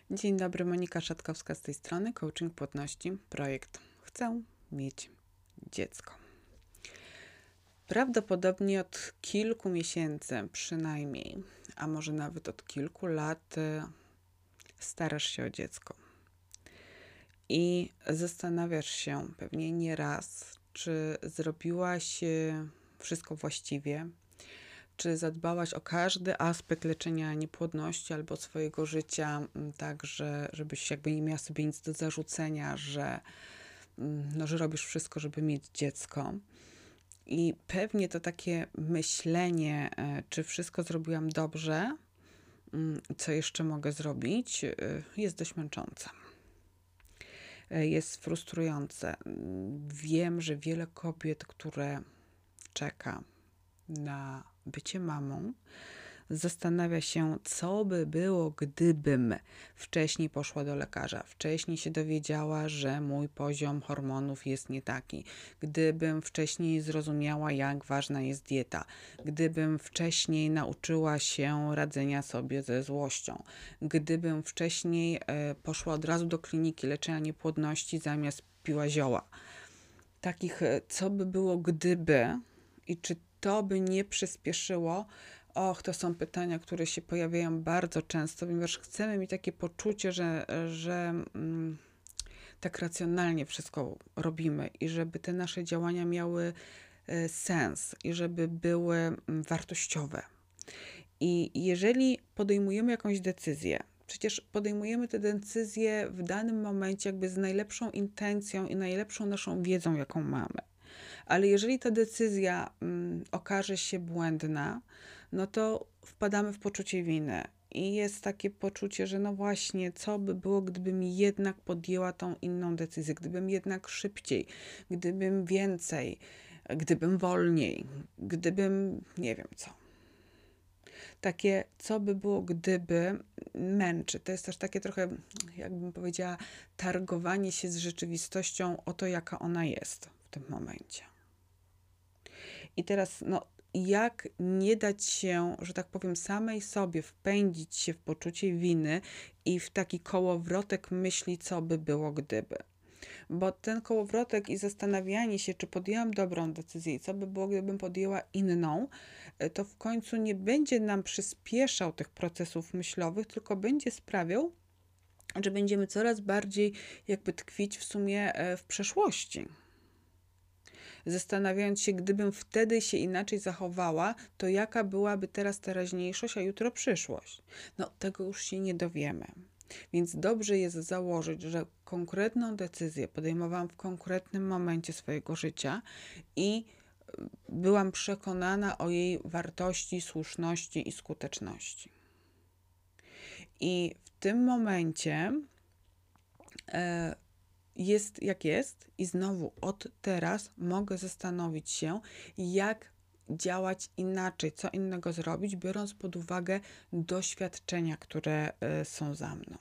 Dzień dobry, Monika Szatkowska z tej strony, Coaching Płodności, projekt Chcę mieć dziecko. Prawdopodobnie od kilku miesięcy przynajmniej, a może nawet od kilku lat starasz się o dziecko. I zastanawiasz się pewnie nie raz, czy zrobiłaś wszystko właściwie, czy zadbałaś o każdy aspekt leczenia niepłodności albo swojego życia, tak, żebyś jakby nie miała sobie nic do zarzucenia, że robisz wszystko, żeby mieć dziecko. I pewnie to takie myślenie, czy wszystko zrobiłam dobrze, co jeszcze mogę zrobić, jest dość męczące. Jest frustrujące. Wiem, że wiele kobiet, które czeka na bycie mamą, zastanawia się, co by było, gdybym wcześniej poszła do lekarza, wcześniej się dowiedziała, że mój poziom hormonów jest nie taki, gdybym wcześniej zrozumiała, jak ważna jest dieta, gdybym wcześniej nauczyła się radzenia sobie ze złością, gdybym wcześniej poszła od razu do kliniki leczenia niepłodności zamiast piła zioła. Takich, co by było, gdyby i czy to by nie przyspieszyło. To są pytania, które się pojawiają bardzo często, ponieważ chcemy mieć takie poczucie, że tak racjonalnie wszystko robimy i żeby te nasze działania miały sens i żeby były wartościowe. I jeżeli podejmujemy jakąś decyzję, przecież podejmujemy tę decyzję w danym momencie jakby z najlepszą intencją i najlepszą naszą wiedzą, jaką mamy. Ale jeżeli ta decyzja okaże się błędna, no to wpadamy w poczucie winy. I jest takie poczucie, że no właśnie, co by było, gdybym jednak podjęła tą inną decyzję, gdybym jednak szybciej, gdybym więcej, gdybym wolniej, gdybym nie wiem co. Takie, co by było, gdyby, męczy. To jest też takie trochę, jakbym powiedziała, targowanie się z rzeczywistością o to, jaka ona jest w tym momencie. I teraz, jak nie dać się, że tak powiem, samej sobie wpędzić się w poczucie winy i w taki kołowrotek myśli, co by było, gdyby. Bo ten kołowrotek i zastanawianie się, czy podjęłam dobrą decyzję i co by było, gdybym podjęła inną, to w końcu nie będzie nam przyspieszał tych procesów myślowych, tylko będzie sprawiał, że będziemy coraz bardziej jakby tkwić w sumie w przeszłości. Zastanawiając się, gdybym wtedy się inaczej zachowała, to jaka byłaby teraz teraźniejszość, a jutro przyszłość. Tego już się nie dowiemy. Więc dobrze jest założyć, że konkretną decyzję podejmowałam w konkretnym momencie swojego życia i byłam przekonana o jej wartości, słuszności i skuteczności. I w tym momencie jest jak jest i znowu od teraz mogę zastanowić się, jak działać inaczej, co innego zrobić, biorąc pod uwagę doświadczenia, które są za mną.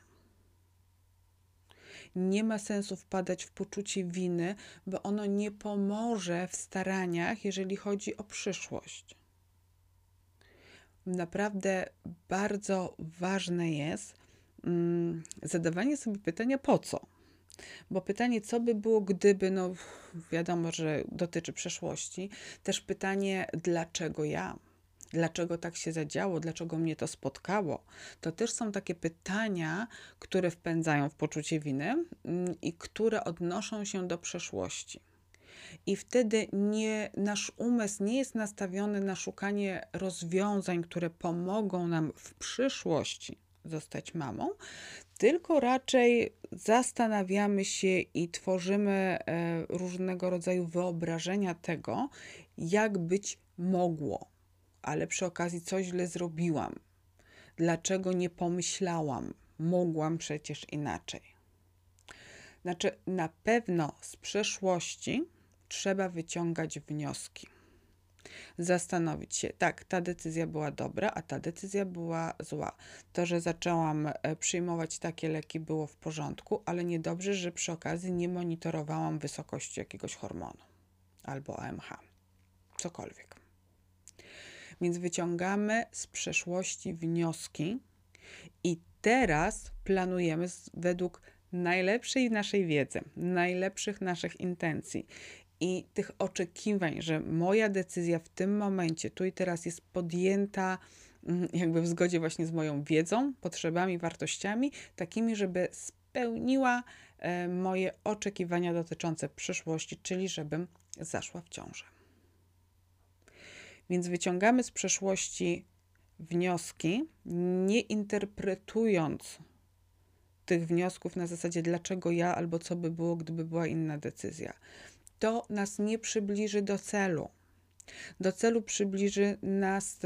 Nie ma sensu wpadać w poczucie winy, bo ono nie pomoże w staraniach, jeżeli chodzi o przyszłość. Naprawdę bardzo ważne jest zadawanie sobie pytania po co. Bo pytanie, co by było, gdyby, wiadomo, że dotyczy przeszłości. Też pytanie, dlaczego ja? Dlaczego tak się zadziało? Dlaczego mnie to spotkało? To też są takie pytania, które wpędzają w poczucie winy i które odnoszą się do przeszłości. I wtedy nasz umysł nie jest nastawiony na szukanie rozwiązań, które pomogą nam w przyszłości zostać mamą, tylko raczej zastanawiamy się i tworzymy różnego rodzaju wyobrażenia tego, jak być mogło, ale przy okazji co źle zrobiłam, dlaczego nie pomyślałam, mogłam przecież inaczej. Znaczy, na pewno z przeszłości trzeba wyciągać wnioski. Zastanowić się, tak, ta decyzja była dobra, a ta decyzja była zła. To, że zaczęłam przyjmować takie leki, było w porządku, ale niedobrze, że przy okazji nie monitorowałam wysokości jakiegoś hormonu albo AMH, cokolwiek. Więc wyciągamy z przeszłości wnioski I teraz planujemy według najlepszej naszej wiedzy, najlepszych naszych intencji i tych oczekiwań, że moja decyzja w tym momencie, tu i teraz jest podjęta jakby w zgodzie właśnie z moją wiedzą, potrzebami, wartościami, takimi, żeby spełniła moje oczekiwania dotyczące przyszłości, czyli żebym zaszła w ciążę. Więc wyciągamy z przeszłości wnioski, nie interpretując tych wniosków na zasadzie dlaczego ja albo co by było, gdyby była inna decyzja. To nas nie przybliży do celu. Do celu przybliży nas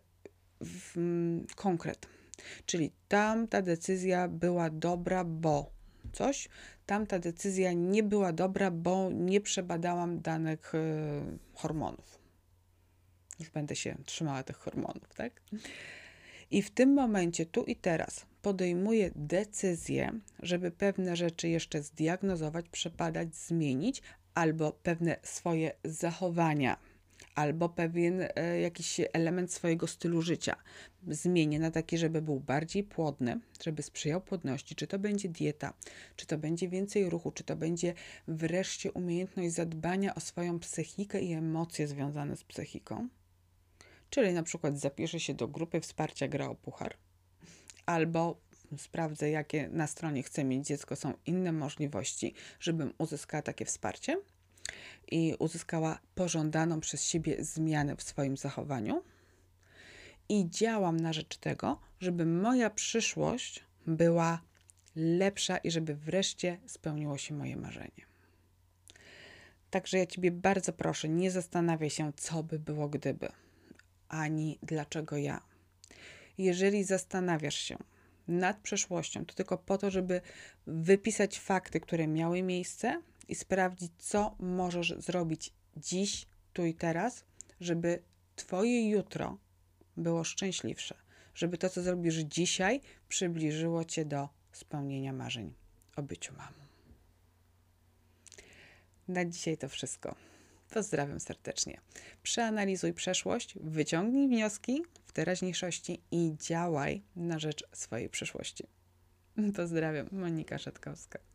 konkret. Czyli tamta decyzja była dobra, bo coś, tamta decyzja nie była dobra, bo nie przebadałam danych hormonów. Już będę się trzymała tych hormonów, tak? I w tym momencie, tu i teraz, podejmuję decyzję, żeby pewne rzeczy jeszcze zdiagnozować, przebadać, zmienić, albo pewne swoje zachowania, albo pewien jakiś element swojego stylu życia zmienię na taki, żeby był bardziej płodny, żeby sprzyjał płodności. Czy to będzie dieta, czy to będzie więcej ruchu, czy to będzie wreszcie umiejętność zadbania o swoją psychikę i emocje związane z psychiką. Czyli na przykład zapiszę się do grupy wsparcia Gra o Puchar, albo sprawdzę, jakie na stronie Chcę mieć dziecko są inne możliwości, żebym uzyskała takie wsparcie i uzyskała pożądaną przez siebie zmianę w swoim zachowaniu. I działam na rzecz tego, żeby moja przyszłość była lepsza i żeby wreszcie spełniło się moje marzenie. Także ja Ciebie bardzo proszę, nie zastanawiaj się, co by było gdyby, ani dlaczego ja. Jeżeli zastanawiasz się nad przeszłością, to tylko po to, żeby wypisać fakty, które miały miejsce i sprawdzić, co możesz zrobić dziś, tu i teraz, żeby Twoje jutro było szczęśliwsze. Żeby to, co zrobisz dzisiaj, przybliżyło Cię do spełnienia marzeń o byciu mamą. Na dzisiaj to wszystko. Pozdrawiam serdecznie. Przeanalizuj przeszłość, wyciągnij wnioski w teraźniejszości i działaj na rzecz swojej przyszłości. Pozdrawiam, Monika Szatkowska.